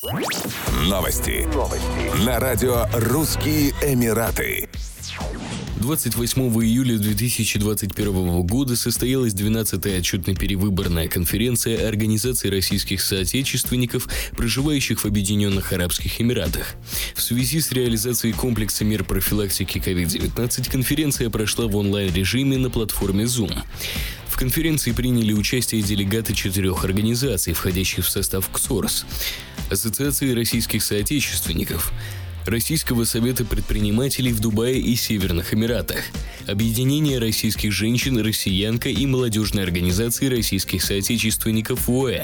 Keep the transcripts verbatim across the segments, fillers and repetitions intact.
Новости. Новости. На радио «Русские Эмираты». двадцать восьмого июля две тысячи двадцать первого года состоялась двенадцатая отчетно-перевыборная конференция Организации российских соотечественников, проживающих в Объединенных Арабских Эмиратах. В связи с реализацией комплекса мер профилактики ковид девятнадцать конференция прошла в онлайн-режиме на платформе Zoom. В конференции приняли участие делегаты четырех организаций, входящих в состав КСОРС, Ассоциации российских соотечественников, Российского совета предпринимателей в Дубае и Северных Эмиратах, Объединение российских женщин, россиянка и молодежной организации российских соотечественников в ОАЭ.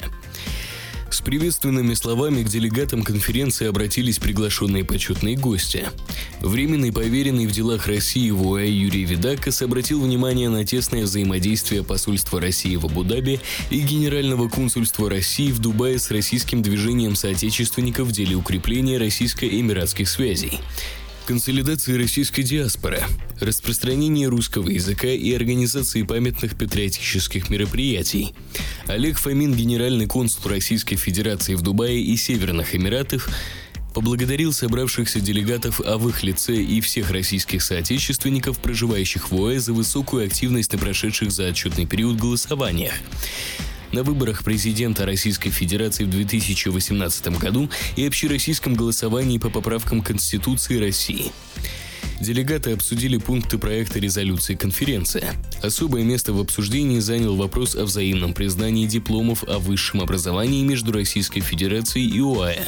С приветственными словами к делегатам конференции обратились приглашенные почетные гости. Временный поверенный в делах России в ОАЭ Юрий Видакас обратил внимание на тесное взаимодействие посольства России в Абу-Даби и Генерального консульства России в Дубае с российским движением соотечественников в деле укрепления российско-эмиратских связей, консолидации российской диаспоры, распространение русского языка и организации памятных патриотических мероприятий. Олег Фомин, генеральный консул Российской Федерации в Дубае и Северных Эмиратах, поблагодарил собравшихся делегатов, а в их лице и всех российских соотечественников, проживающих в ОАЭ, за высокую активность на прошедших за отчетный период голосованиях на выборах президента Российской Федерации в две тысячи восемнадцатом году и общероссийском голосовании по поправкам Конституции России. Делегаты обсудили пункты проекта резолюции конференции. Особое место в обсуждении занял вопрос о взаимном признании дипломов о высшем образовании между Российской Федерацией и ОАЭ.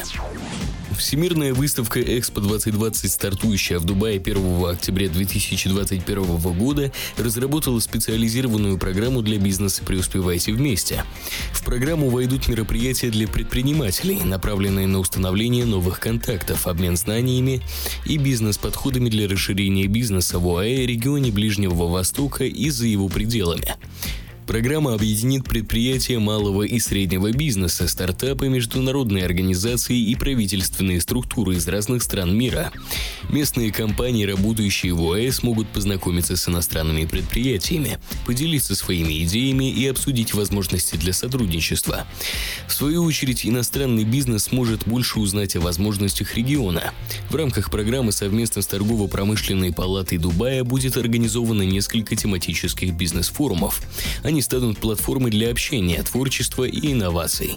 Всемирная выставка Экспо двадцать двадцать, стартующая в Дубае первого октября две тысячи двадцать первого года, разработала специализированную программу для бизнеса «Преуспевайте вместе». В программу войдут мероприятия для предпринимателей, направленные на установление новых контактов, обмен знаниями и бизнес-подходами для расширения бизнеса в ОАЭ, регионе Ближнего Востока и за его пределами. Программа объединит предприятия малого и среднего бизнеса, стартапы, международные организации и правительственные структуры из разных стран мира. Местные компании, работающие в ОАЭ, смогут познакомиться с иностранными предприятиями, поделиться своими идеями и обсудить возможности для сотрудничества. В свою очередь, иностранный бизнес сможет больше узнать о возможностях региона. В рамках программы совместно с Торгово-промышленной палатой Дубая будет организовано несколько тематических бизнес-форумов. Они станут платформой для общения, творчества и инноваций.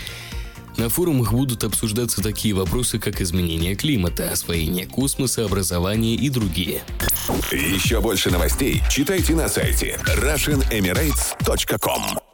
На форумах будут обсуждаться такие вопросы, как изменение климата, освоение космоса, образование и другие. Еще больше новостей читайте на сайте Russian Emirates точка ком.